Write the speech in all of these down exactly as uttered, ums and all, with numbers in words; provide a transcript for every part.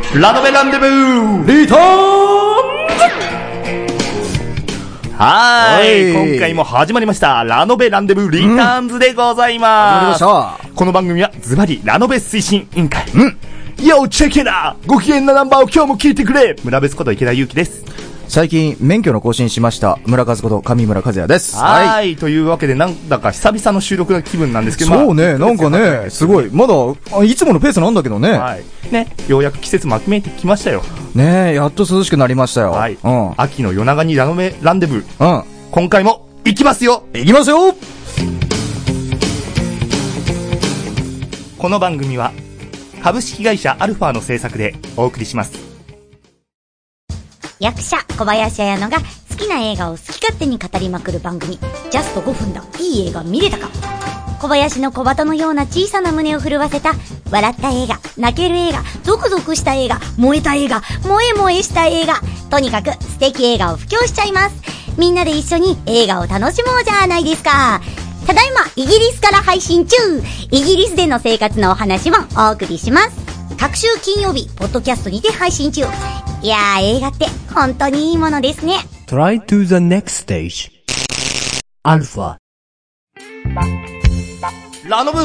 ラノベランデブーリターンはーい、今回も始まりましたラノベランデブーリターンズでございます、うん、始まりました。この番組はズバリラノベ推進委員会、うん、よチェケラご機嫌なナンバーを今日も聞いてくれ。村別こと池田祐希です。 最近免許の更新しました村和こと上村和也です。 はい、はい、というわけでなんだか久々の収録の気分なんですけど、 そうね、まあ、なんかねすごいまだいつものペースなんだけどね、 はい、ね、ようやく季節も秋めいてきましたよね。やっと涼しくなりましたよ、はい、うん、 秋の夜長にラノベランデブー、うん、今回も行きますよ行きますよ。 この番組は株式会社アルファの制作でお送りします。 役者小林彩乃が好きな映画を好き勝手に語りまくる番組、ジャストごふんだいい映画見れたか。小林の小鳩のような小さな胸を震わせた笑った映画、泣ける映画、ゾクゾクした映画、燃えた映画、萌え萌えした映画、とにかく素敵映画を布教しちゃいます。みんなで一緒に映画を楽しもうじゃないですか。ただいまイギリスから配信中、イギリスでの生活のお話もお送りします。各週金曜日ポッドキャストにて配信中。いやー、映画って本当にいいものですね。 Try to the next stage アルファラノブ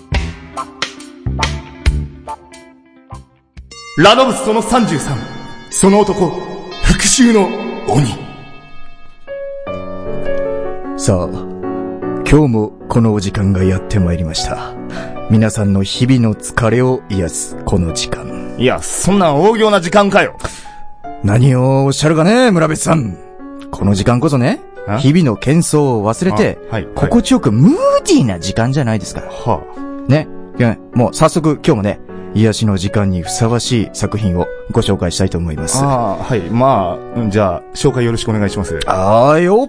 ラノブそのさんじゅうさん、その男復讐の鬼。 さあ今日もこのお時間がやってまいりました。皆さんの日々の疲れを癒すこの時間。 いや、そんな大行な時間かよ。 何をおっしゃるかね、村別さん。この時間こそね、日々の喧騒を忘れて、はいはい、心地よくムーディーな時間じゃないですか。はあ、ね。もう早速今日もね、癒しの時間にふさわしい作品をご紹介したいと思います。 ああ、はい。まあ、じゃあ、紹介よろしくお願いします。 あーよ。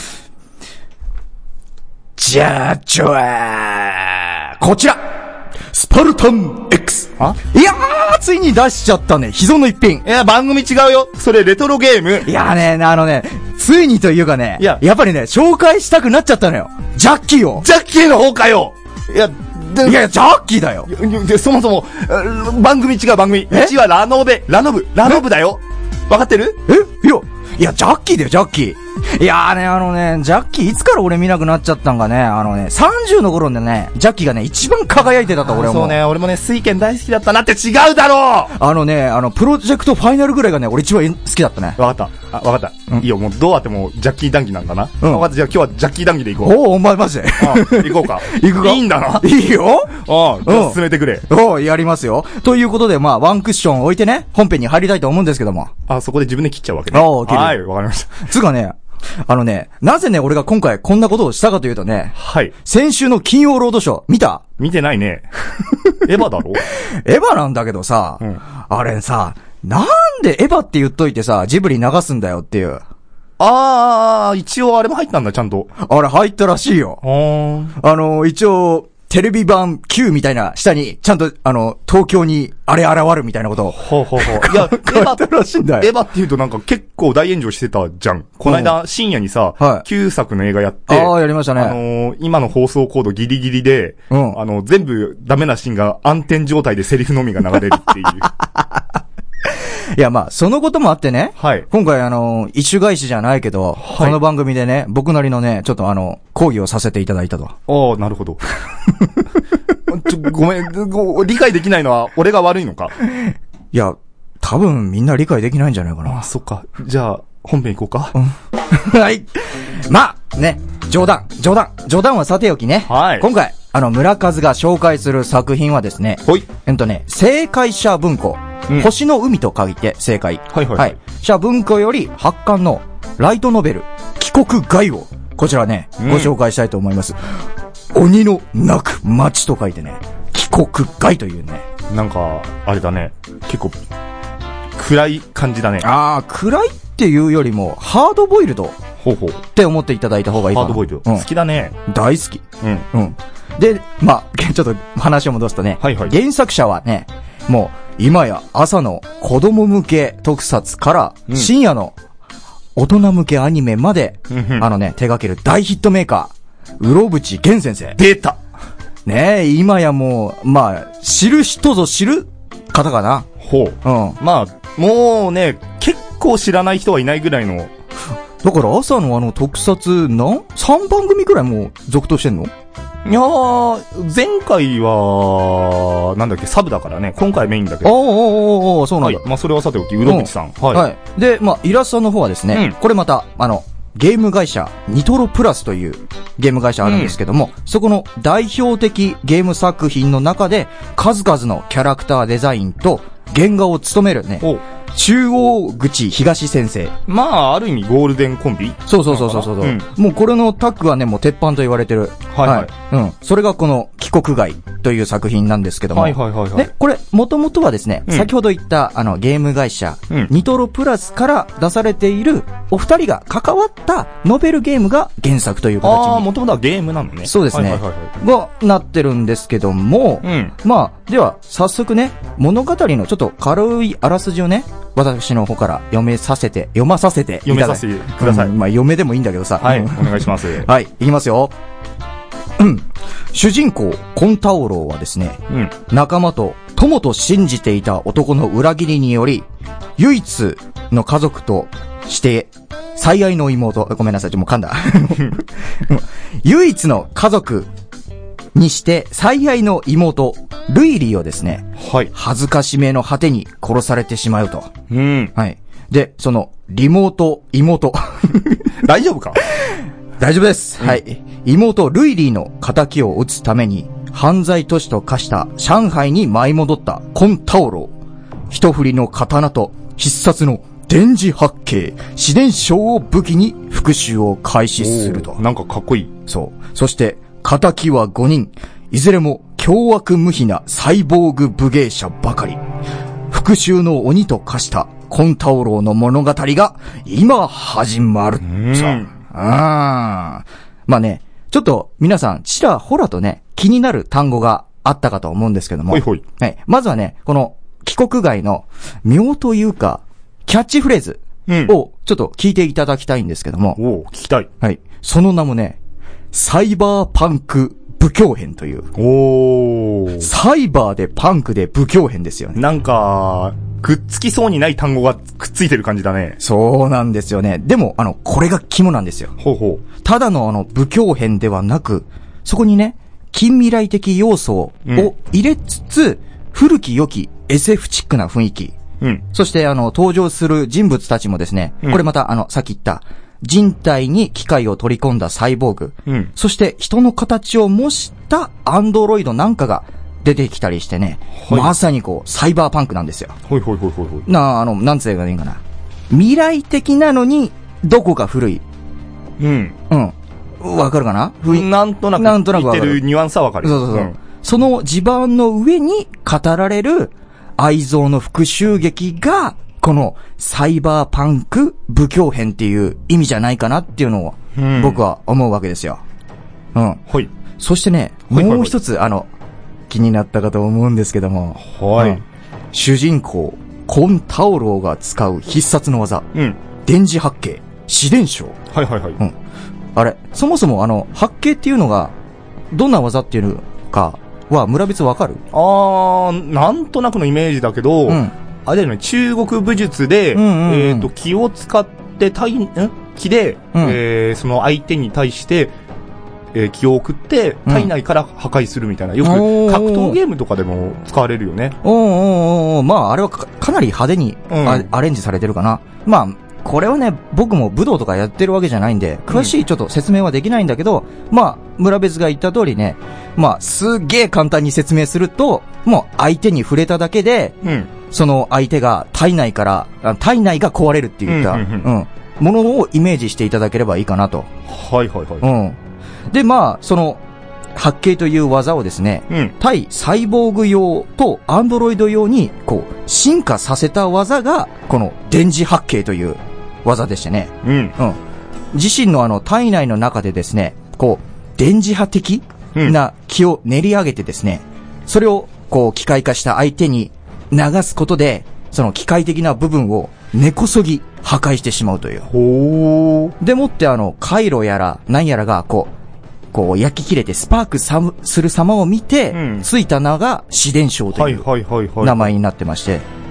じゃあ、ちょーこちらスパルタン X。 あいやー、ついに出しちゃったね、秘蔵の一品。 いや、番組違うよ。それレトロゲーム。 いやね、あのね、ついにというかね、いや、やっぱりね、紹介したくなっちゃったのよ。ジャッキーを。 ジャッキーの方かよ。いや、 いや、ジャッキーだよ。 いや、そもそも、番組違う番組。うちはラノベ、ラノブ、ラノブだよ。わかってる？ えいや、いや、ジャッキーだよ、ジャッキー。いやーね、あのね、ジャッキーいつから俺見なくなっちゃったんかね、あのね、さんじゅうの頃でね、ジャッキーがね、一番輝いてたと俺はもう。 そうね、俺もね、水拳大好きだったなって。違うだろう。 あのね、あの、プロジェクトファイナルぐらいがね、俺一番好きだったね。 わかった。あ、わかった。うん、いいよ、もうどうあってもジャッキー談義なんだな。うん。わかった、じゃあ今日はジャッキー談義で行こう。 おお、お前マジで。 ああ、行こうか。 行くか。 いいんだな。 いいよ。 ああ、じゃあ進めてくれ。 おお、やりますよ。ということで、まあ、ワンクッション置いてね、本編に入りたいと思うんですけども。 あ、そこで自分で切っちゃうわけね。 ああ、切る。 はい、わかりました。 つうかね、あのね、なぜね、俺が今回こんなことをしたかというとね、 はい。 先週の金曜ロードショー、見た？ 見てないね。エヴァだろ？ エヴァなんだけどさ、うん、あれさ、なんでエヴァって言っといてさ、ジブリ流すんだよっていう。 あー、一応あれも入ったんだ、ちゃんと。 あれ入ったらしいよ。あの、一応、テレビ版 Q みたいな下に、ちゃんと、あの、東京にあれ現るみたいなことを。 ほうほうほう。いや、エヴァらしいんだよ。 エヴァって言うとなんか結構大炎上してたじゃん。この間、深夜にさ、はい、きゅうさくの映画やって。 ああ、やりましたね。 あのー、今の放送コードギリギリで、うん、あの、全部ダメなシーンが暗転状態でセリフのみが流れるっていう。 いや、まあ、そのこともあってね。 はい。 今回あの、一種返しじゃないけど、はい、この番組でね、僕なりのね、ちょっとあの、講義をさせていただいたと。 ああ、なるほど。ちょ、ごめんご、理解できないのは俺が悪いのか？ いや、多分みんな理解できないんじゃないかな。 あ、そっか。じゃあ、本編行こうか。 うん。はい。まあ、ね、冗談、冗談、冗談はさておきね。はい。今回、あの、村和が紹介する作品はですね。はい。えっとね、正解者文庫。うん、星の海と書いて正解。はいはい、はい。はい。社文庫より発刊のライトノベル、帰国外を、こちらね、うん、ご紹介したいと思います。鬼の泣く街と書いてね、帰国外というね。 なんか、あれだね。結構、暗い感じだね。 ああ、暗いっていうよりも、ハードボイルド。ほうほう。って思っていただいた方がいいかな。 ハードボイルド。うん、好きだね。 大好き。うん。うん。で、まあ、ちょっと話を戻すとね。はいはい。原作者はね、もう、今や朝の子供向け特撮から深夜の大人向けアニメまで、うん、あのね、手掛ける大ヒットメーカー、うろぶちげん先生。 出たねえ、今やもう、まあ、知る人ぞ知る方かな。 ほう。うん。まあ、もうね、結構知らない人はいないぐらいの。 だから朝のあの特撮な ?さん 番組くらいもう続投してんの？ いやー、前回は、なんだっけ、サブだからね。今回メインだけど。 ああ、ああ、そうなんだ。 はい。まあ、それはさておき、うどぶちさん。はい。 はい。で、まあ、イラストの方はですね、うん、これまた、あの、ゲーム会社、ニトロプラスというゲーム会社あるんですけども、うん、そこの代表的ゲーム作品の中で、数々のキャラクターデザインと原画を務めるね、中央口東先生。 まあ、ある意味ゴールデンコンビ？ そうそうそうそうそう、うん。もうこれのタッグはね、もう鉄板と言われてる。 はいはい。はい、 うん。それがこの帰国外という作品なんですけども。 はいはいはい、はい。 で、これ、もともとはですね、うん、先ほど言ったあのゲーム会社、うん、ニトロプラスから出されているお二人が関わったノベルゲームが原作という形に。 ああ、もともとはゲームなのね。 そうですね。はいはいはい、が、なってるんですけども、うん、まあ、では、早速ね、物語のちょっと軽いあらすじをね、私の方から読めさせて、読まさせて読めさせてください。 うん、まあ、読めでもいいんだけどさ。 はい、お願いします。 はい、いきますよ。うん。主人公、コンタオローはですね、うん、仲間と友と信じていた男の裏切りにより、唯一の家族として、最愛の妹、ごめんなさい、ちょっともう噛んだ。唯一の家族にして最愛の妹、ルイリーをですね、はい。恥ずかしめの果てに殺されてしまうと。 うん。 はい。で、その、リモート、妹。 大丈夫か？ 大丈夫です。うん、はい。妹、ルイリーの仇を討つために、犯罪都市と化した上海に舞い戻ったコンタオロー。一振りの刀と必殺の電磁八景、自伝章を武器に復讐を開始すると。 なんかかっこいい。 そう。そして、仇はごにん。いずれも凶悪無比なサイボーグ武芸者ばかり。復讐の鬼と化したコンタオローの物語が今始まる。さあ。まあね、ちょっと皆さんちらほらとね、気になる単語があったかと思うんですけども。 ほいほい。 はい。まずはね、この帰国外の妙というか、キャッチフレーズをちょっと聞いていただきたいんですけども。 うん、おー、聞きたい。 はい。その名もね、サイバーパンク武教編という。 おー。 サイバーでパンクで武教編ですよね。 なんか、くっつきそうにない単語がくっついてる感じだね。 そうなんですよね。でも、あの、これが肝なんですよ。 ほうほう。 ただのあの、武教編ではなく、そこにね、近未来的要素を入れつつ、うん、古き良き エスエフ チックな雰囲気。うん。そして、あの、登場する人物たちもですね、うん、これまた、あの、さっき言った、人体に機械を取り込んだサイボーグ。うん。そして人の形を模したアンドロイドなんかが出てきたりしてね。はい、まさにこう、サイバーパンクなんですよ。 ほいほいほいほいほい。 なあ、あの、なんつうがいいかな。未来的なのに、どこか古い。 うん。 うん。わかるかな？ なんとなく。 なんとなく。 言ってるニュアンスはわかる。 そうそうそう。うん、その地盤の上に語られる愛憎の復讐劇が、このサイバーパンク武教編っていう意味じゃないかなっていうのを僕は思うわけですよ。うん。 はい。 そしてね、もう一つあの気になったかと思うんですけども、 はい。うん、 主人公コンタオローが使う必殺の技、うん、電磁八景、自伝章。 はいはいはい。うん。 あれ、そもそもあの八景っていうのがどんな技っていうのかは村別わかる？ あー、なんとなくのイメージだけど。うん。あれだよね、中国武術で、うんうんうん、えっ、ー、と、気を使って体、ん気で、うん、えー、その相手に対して、えー、気を送って、体内から破壊するみたいな。よく、格闘ゲームとかでも使われるよね。 おーおーおー、まあ、あれは か, かなり派手に、うん、アレンジされてるかな。まあ、これはね、僕も武道とかやってるわけじゃないんで、詳しいちょっと説明はできないんだけど、うん、まあ、村別が言った通りね、まあ、すっげー簡単に説明すると、もう相手に触れただけで、うん、その相手が体内から、体内が壊れるっていった、うん、うんうん、ものをイメージしていただければいいかなと。 はいはいはい。 うん。で、まあ、その、八景という技をですね、うん、対サイボーグ用とアンドロイド用に、こう、進化させた技が、この電磁八景という技でしてね。うん。うん。自身のあの、体内の中でですね、こう、電磁波的な気を練り上げてですね、それを、こう、機械化した相手に流すことで、その機械的な部分を根こそぎ破壊してしまうという。 ほー。 でもってあの、回路やら何やらが、こう、こう焼き切れてスパークさする様を見て、うん、ついた名が自伝章という名前になってまして、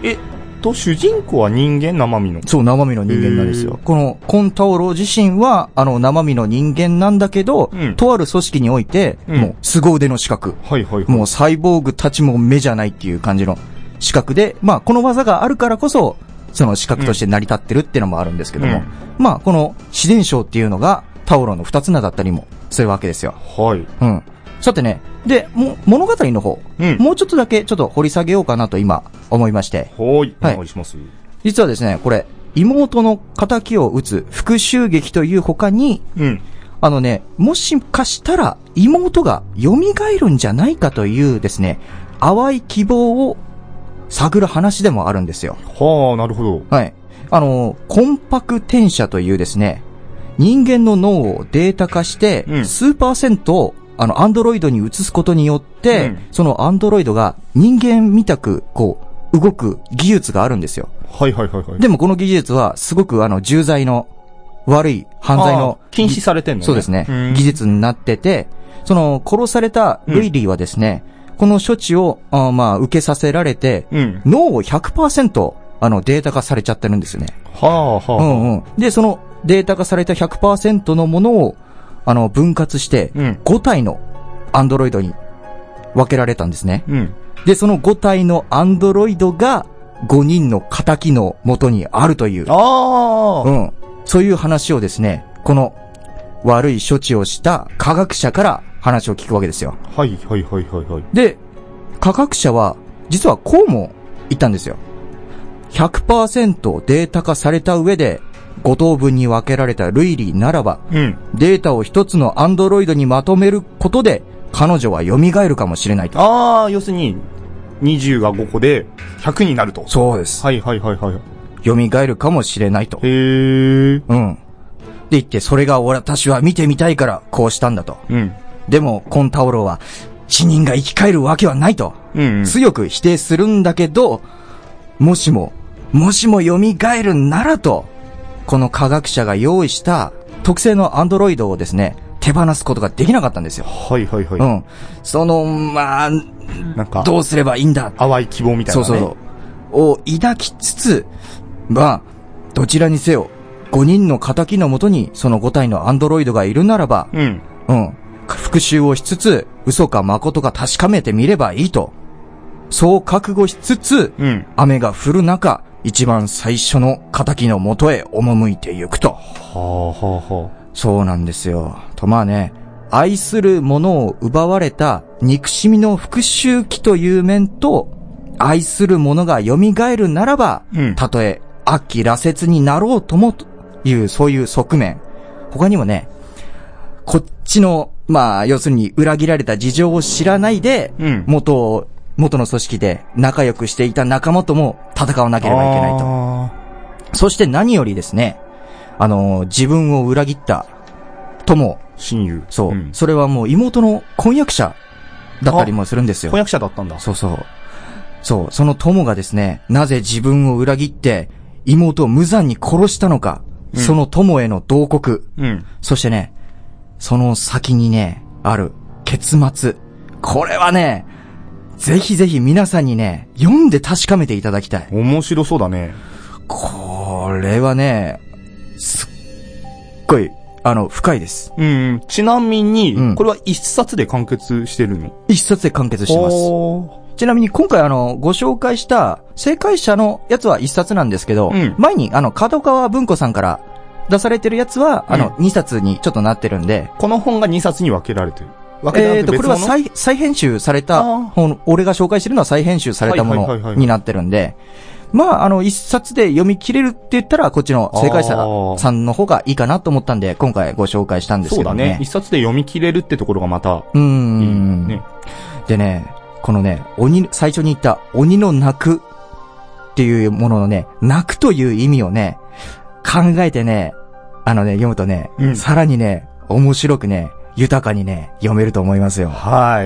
えっと、主人公は人間、生身の。 そう、生身の人間なんですよ。この、コンタオロ自身は、あの、生身の人間なんだけど、うん、とある組織において、うん、もう、凄腕の資格。はいはいはい。もう、サイボーグたちも目じゃないっていう感じの資格で、まあ、この技があるからこそ、その資格として成り立ってるっていうのもあるんですけども、うん、まあ、この、自伝章っていうのが、タオロの二つ名だったりもするわけですよ。はい。うん。さてね、で、も、物語の方、うん、もうちょっとだけちょっと掘り下げようかなと今思いまして。 はい。お願いします。 実はですね、これ、妹の仇を討つ復讐劇という他に、うん、あのね、もしかしたら妹が蘇るんじゃないかというですね、淡い希望を探る話でもあるんですよ。 はあ、なるほど。 はい。あの、コンパク転写というですね、人間の脳をデータ化して、うん、数パーセントを、あの、アンドロイドに移すことによって、うん、そのアンドロイドが人間みたく、こう、動く技術があるんですよ。 はいはいはいはい。 でもこの技術は、すごくあの、重罪の、悪い犯罪の。 禁止されてんのね。 そうですね。技術になってて、その、殺されたルイリーはですね、うん、この処置を、あまあ、受けさせられて、うん、脳を ひゃくパーセント、あの、データ化されちゃってるんですよね。はあはあ。うんうん。で、その、データ化された ひゃくパーセント のものを、あの、分割して、ごたいのアンドロイドに分けられたんですね。うん、で、そのごたいのアンドロイドがごにんの仇の元にあるという。ああ。うん。そういう話をですね、この悪い処置をした科学者から話を聞くわけですよ。 はいはいはいはいはい。 で、科学者は、実はこうも言ったんですよ。ひゃくパーセント データ化された上で、ご等分に分けられたルイリーならば、うん、データを一つのアンドロイドにまとめることで、彼女は蘇るかもしれないと。 ああ、要するに、にじゅうがごこでひゃくになると。 そうです。 はいはいはいはい。 蘇るかもしれないと。 へー。 うん。で言って、それが私は見てみたいからこうしたんだと。うん。でも、コンタオロは、死人が生き返るわけはないと。うん、うん。強く否定するんだけど、もしも、もしも蘇るならと、この科学者が用意した特製のアンドロイドをですね、手放すことができなかったんですよ。 はいはいはい。 うん。その、まあ、なんか、どうすればいいんだ。 淡い希望みたいなね。 そうそうそう。を抱きつつ、まあ、どちらにせよ、ごにんの仇のもとにそのごたいのアンドロイドがいるならば、うん。うん。復讐をしつつ、嘘か誠か確かめてみればいいと。そう覚悟しつつ、うん、雨が降る中、一番最初の仇の元へ赴いてゆくと。はあはあはあ。そうなんですよ。とまあね、愛する者を奪われた憎しみの復讐期という面と、愛する者が蘇るならば、うん、たとえ悪鬼羅刹になろうともという、そういう側面。他にもね、こっちの、まあ、要するに裏切られた事情を知らないで、うん、元を、元の組織で仲良くしていた仲間とも戦わなければいけないと。そして何よりですね、あのー、自分を裏切った友。 親友。 そう、うん。それはもう妹の婚約者だったりもするんですよ。 婚約者だったんだ。 そうそう。そう、その友がですね、なぜ自分を裏切って妹を無残に殺したのか、うん、その友への慟哭。うん。そしてね、その先にね、ある結末。これはね、ぜひぜひ皆さんにね、読んで確かめていただきたい。 面白そうだね。 これはね、すっごい、あの、深いです。 うん。ちなみに、うん、これは一冊で完結してるの？ 一冊で完結してます。ちなみに今回あの、ご紹介した正解者のやつは一冊なんですけど、うん、前にあの、角川文庫さんから出されてるやつは、うん、あの、二冊にちょっとなってるんで。 この本が二冊に分けられてる。 えーと、これは再、再編集された本、俺が紹介してるのは再編集されたものになってるんで、まあ、あの、一冊で読み切れるって言ったら、こっちの正解者さんの方がいいかなと思ったんで、今回ご紹介したんですけどね。そうだね。 一冊で読み切れるってところがまた、 うーん。ね。でね、このね、鬼、最初に言った鬼の泣くっていうもののね、泣くという意味をね、考えてね、あのね、読むとね、うん、さらにね、面白くね、豊かにね、読めると思いますよ。 はい。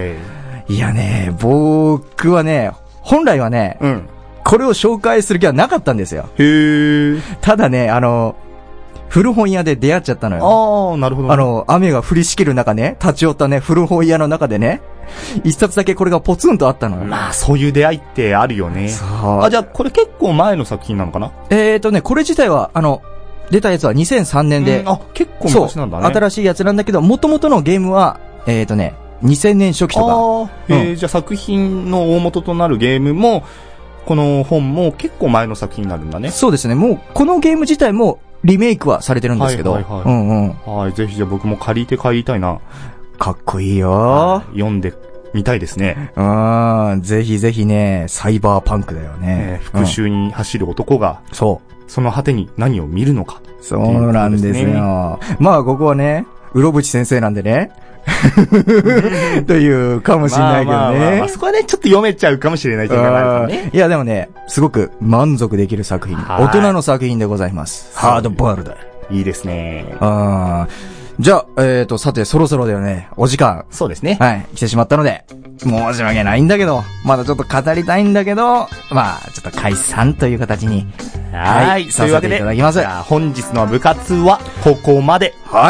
いやね、僕はね、本来はね、うん、これを紹介する気はなかったんですよ。 へー。 ただね、あの、古本屋で出会っちゃったのよ。 ああ、なるほど、ね。 あの、雨が降りしきる中ね、立ち寄ったね、古本屋の中でね、 一冊だけこれがポツンとあったのよ。 まあ、そういう出会いってあるよね。そう。あ、じゃあこれ結構前の作品なのかな？ えーとね、これ自体は、あの、出たやつはにせんさんねんで。 あ、結構昔なんだね。 新しいやつなんだけど、元々のゲームは、えーとね、にせんねん初期とか。ああ、えーうん、じゃあ作品の大元となるゲームも、この本も結構前の作品になるんだね。 そうですね。もう、このゲーム自体もリメイクはされてるんですけど。はいはいはい。うんうん。 はい、ぜひじゃあ僕も借りて買いたいな。 かっこいいよ。 読んでみたいですね。 うん。ぜひぜひね、サイバーパンクだよね。ね、 復讐に走る男が、 うん、そう。 その果てに何を見るのか。 そうなんですよ。まあ、ここはね、うろぶち先生なんでね。というかもしれないけどね。まあまあまあまあ、 そこはね、ちょっと読めちゃうかもしれないじゃないですかね。 いや、でもね、すごく満足できる作品。大人の作品でございます。ハードボイルド。 いいですね。 あじゃあ、えーと、さて、そろそろだよね。お時間。 そうですね。 はい、来てしまったので、申し訳ないんだけど、まだちょっと語りたいんだけど、まあ、ちょっと解散という形に、 はい、させていただきます。じゃあ、本日の部活は、ここまで。 はい。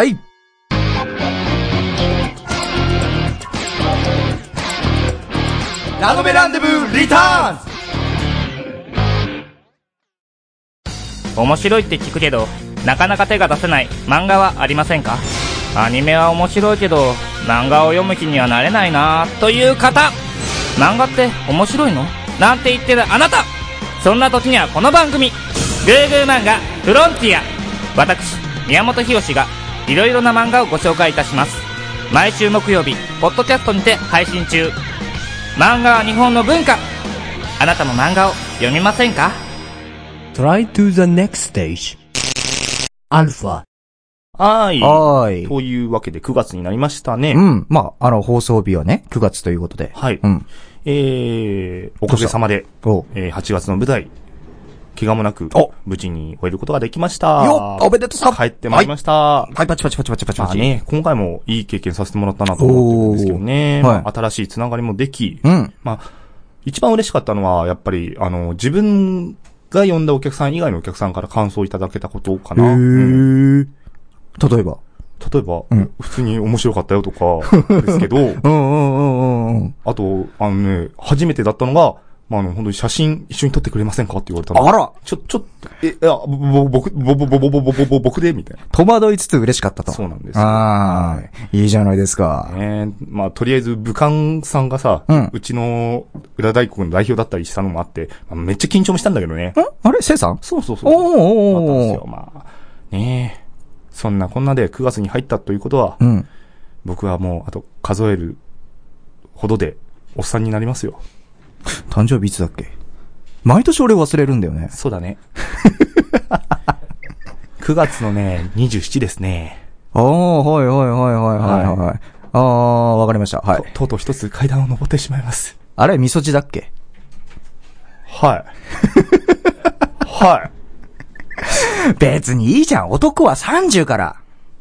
ラノベランデブーリターンズ。面白いって聞くけど、なかなか手が出せない漫画はありませんか？アニメは面白いけど、漫画を読む気にはなれないなという方、漫画って面白いの？なんて言ってるあなた、そんな時にはこの番組、グーグー漫画フロンティア。私、宮本浩がいろいろな漫画をご紹介いたします。毎週木曜日、ポッドキャストにて配信中。漫画は日本の文化。あなたも漫画を読みませんか？ Try to the next stage. アルファ。 はい。 はい。 というわけでくがつになりましたね。 うん。まあ、あの、放送日はね、くがつということで。 はい。 うん。 えー、おかげさまで、えー、はちがつの舞台、怪我もなく、無事に終えることができました。 よっ、おめでとうさ。 帰ってまいりました。 はい、はい、パチパチパチパチパチパチ。 まあね、今回もいい経験させてもらったなと思ってるんですけどね。はい、まあ、新しいつながりもでき、 うん。 まあ、一番嬉しかったのは、やっぱり、あの、自分が呼んだお客さん以外のお客さんから感想をいただけたことかな。 へー。うん、例えば例えば、うん、普通に面白かったよとか、ですけど、うんうんうんうん。 あと、あのね、初めてだったのが、まあ、あの、本当に写真一緒に撮ってくれませんかって言われたの。 あらちょ、ちょっと、え、いや、ぼ、僕、ぼ、ぼ、ぼ、ぼ、ぼ、ぼ、ぼ、僕でみたいな。 戸惑いつつ嬉しかったと。 そうなんですよ。ああ、はい、いいじゃないですか。 ねえ、まあ、とりあえず、武漢さんがさ、うん、うちの裏大国の代表だったりしたのもあって、めっちゃ緊張もしたんだけどね。 んあれせいさんそうそうそう。 おーおーおー。 だったんですよ。まあ、ねえ。そんなこんなでくがつに入ったということは、 うん、 僕はもう、あと、数えるほどで、おっさんになりますよ。 誕生日いつだっけ？毎年俺忘れるんだよね。 そうだね。くがつのね、にじゅうしちですね。 ああ、はいはいはいはいはいはい。はい、ああ、わかりました。はい。 と、とうとう一つ階段を登ってしまいます。 あれ、みそじだっけ？はい。 はい。 別にいいじゃん。男はさんじゅうから。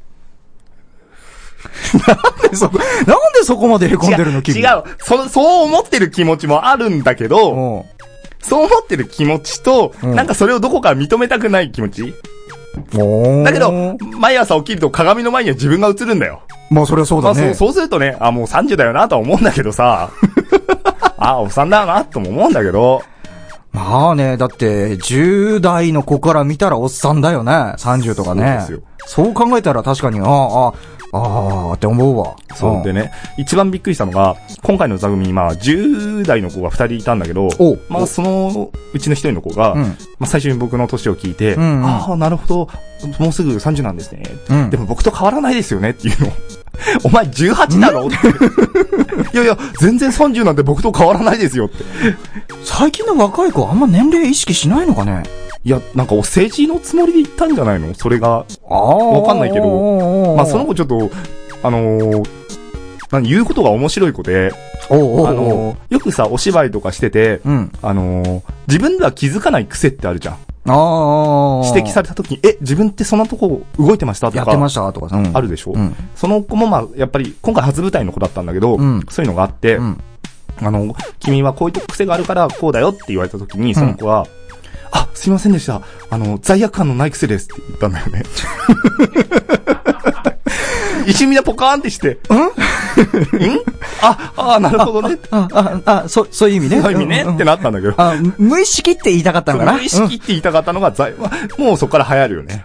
なんでそこ、なんでそこまで凹んでるの君。 違う。そ、そう思ってる気持ちもあるんだけど、そう思ってる気持ちと、うん、なんかそれをどこか認めたくない気持ち。だけど、毎朝起きると鏡の前には自分が映るんだよ。 まあそれはそうだね。まあ、 そう、そうするとね、あ、もうさんじゅうだよなとは思うんだけどさ、あ、おっさんだよなとも思うんだけど、 まあね、だって、じゅう代の子から見たらおっさんだよね。さんじゅうとかね。そうですよ。そう考えたら確かに、ああ、ああ、ああって思うわ。 そうでね、一番びっくりしたのが、今回の座組にまあ、じゅう代の子がふたりいたんだけど、まあ、そのうちのひとりの子が、うん、まあ、最初に僕の年を聞いて、うんうん、ああ、なるほど、もうすぐさんじゅうなんですね。うん、でも僕と変わらないですよねっていうの。お前じゅうはちだろって。いやいや、全然さんじゅうなんて僕と変わらないですよって。 最近の若い子はあんま年齢意識しないのかね。 いや、なんかお世辞のつもりで言ったんじゃないのそれが。ああ。わかんないけど。まあその子ちょっと、あのー、何、言うことが面白い子で、 おうおうおう、 あのー、よくさ、お芝居とかしてて、 うん、 あのー、自分では気づかない癖ってあるじゃん。 ああ。 指摘された時に、え、自分ってそんなとこ動いてましたとか。 やってましたとか、 うん、あるでしょ、 うん、 その子もまあ、やっぱり、今回初舞台の子だったんだけど、うん、そういうのがあって、うん、あの、君はこういう癖があるからこうだよって言われた時に、その子は、うん、あ、すいませんでした。あの、罪悪感のない癖ですって言ったんだよね。一瞬みんなポカーンってして、んんあ、あ、なるほどね。 あ、あ、あ、あ、そ、そういう意味ね。 そういう意味ね、うんうん、ってなったんだけど。 あ、無意識って言いたかったのかな。 無意識って言いたかったのが、うん、もうそこから流行るよね。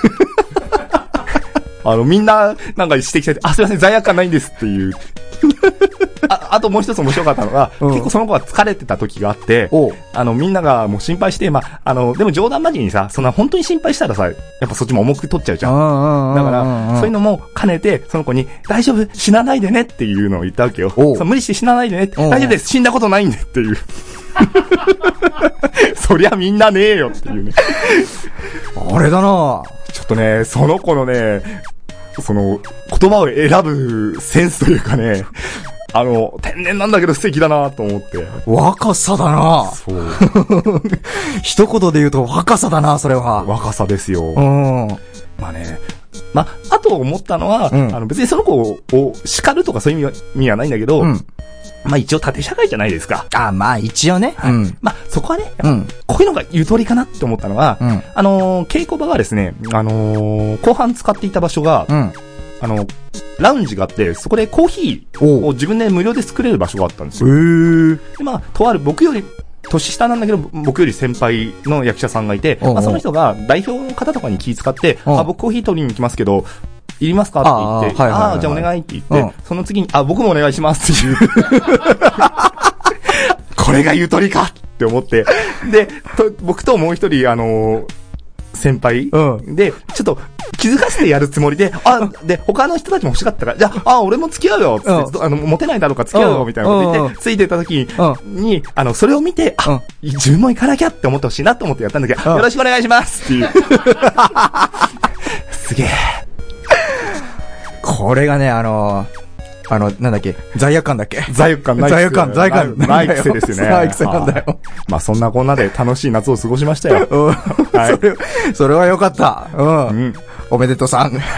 あの、みんな、なんか指摘されて、あ、すいません、罪悪感ないんですっていう。あ, あともう一つ面白かったのが、うん、結構その子が疲れてた時があって、あの、みんながもう心配して、まあ、あの、でも冗談交じりにさ、そんな本当に心配したらさ、やっぱそっちも重く取っちゃうじゃん。だから、そういうのも兼ねて、その子に、大丈夫、死なないでねっていうのを言ったわけよ。そう無理して死なないでねって、大丈夫です、死んだことないんでっていう。そりゃみんなねえよっていうね。 あれだなちょっとね、その子のね、その、言葉を選ぶセンスというかね、あの、天然なんだけど素敵だなと思って。 若さだなそう。 一言で言うと若さだなそれは。 若さですよ。 うん。 まあね、まあ、あと思ったのは、うん、あの別にその子を叱るとかそういう意味はないんだけど、うん、まあ一応縦社会じゃないですか。 あ、まあ一応ね。 はい。うん、まあそこはね、うん、こういうのがゆとりかなって思ったのは、うん、あのー、稽古場がですね、あのー、後半使っていた場所が、うん、あの、ラウンジがあって、そこでコーヒーを自分で無料で作れる場所があったんですよ。へー。で、まあ、とある僕より、年下なんだけど、僕より先輩の役者さんがいて、まあその人が代表の方とかに気遣って、あ、僕コーヒー取りに行きますけど、いりますかって言って、あ、はいはいはいはい、あ、じゃあお願いって言って、うん、その次に、あ、僕もお願いしますっていう。これがゆとりかって思って、で、と僕ともう一人、あのー、先輩、うん、で、ちょっと気づかせてやるつもりで、あ、で、他の人たちも欲しかったから、じゃあ、あ、俺も付き合うよって、うん、あの、モテないだろうか付き合うよみたいなこと言って、ついてた時に、うん、あの、それを見て、あ、うん、自分も行かなきゃって思ってほしいなと思ってやったんだけど、うん、よろしくお願いしますっていう。すげえ。 これがね、あのー、あの、なんだっけ罪悪感だっけ罪悪感ない。 罪悪感、罪悪感。 ない癖ですよね。 ない癖なんだよ。 まあそんなこんなで楽しい夏を過ごしましたよ。うん。 はい。それ、それはよかった。うん。うん、おめでとうさん。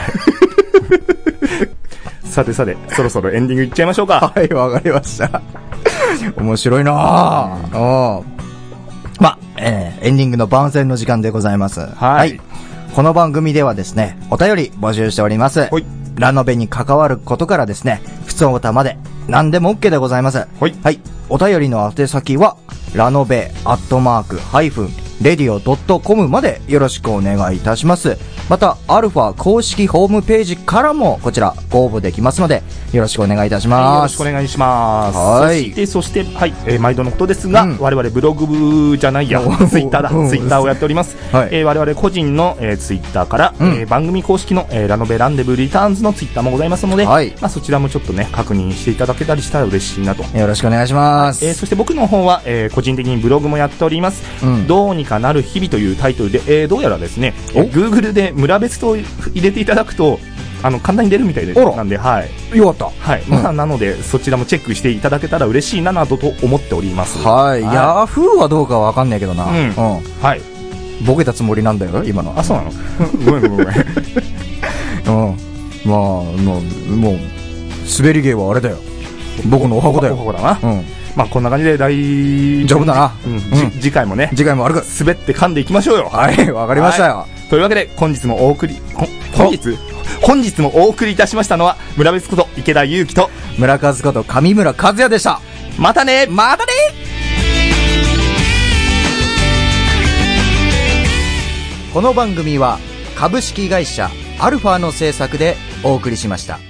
さてさて、そろそろエンディングいっちゃいましょうか。 はい、わかりました。面白いなぁ。うん。ま、えー、エンディングの番宣の時間でございます。はい。はい。この番組ではですね、お便り募集しております。はい。ラノベに関わることからですね、普通歌まで何でも OK でございます。はい。はい。お便りの宛先は、ラノベアットマークハイフンレディオドットコムまでよろしくお願いいたします。また、アルファ公式ホームページからもこちらご応募できますので、よろしくお願いいたします。はい、 よろしくお願いします。 はい。 そして、そして、はい、えー、毎度のことですが、うん、我々ブログじゃないや、ツイッターだ、ツイッターをやっております。はい。えー、我々個人の、えー、ツイッターから、うん、えー、番組公式の、えー、ラノベランデブーリターンズのツイッターもございますので、はい。まあ、そちらもちょっとね、確認していただけたりしたら嬉しいなと。 よろしくお願いします。 えー、そして僕の方は、えー、個人的にブログもやっております。うん、どうにかなる日々というタイトルで、えー、どうやらですね、Google で村別と入れていただくと、あの、簡単に出るみたいで、なんで、はい。 よかった。 はい。うん、まあ、なので、そちらもチェックしていただけたら嬉しいな、などと思っております。 はい。はい、ヤフーはどうかわかんないけどな。うん。うん。 はい。 ボケたつもりなんだよ、今の。 あ、そうなのごめんごめんごめん。 うん。まあ、もう、もう、滑り芸はあれだよ。僕のおはこだよ。 おはこだな。うん。まあこんな感じで大丈夫だな。 うん。次回もね。 次回も悪く滑って噛んでいきましょうよ。 はい、わかりましたよ。 というわけで本日もお送り、本日本日もお送りいたしましたのは村別こと池田裕樹と村和こと上村和也でした。 またね。 またね。この番組は株式会社アルファの制作でお送りしました。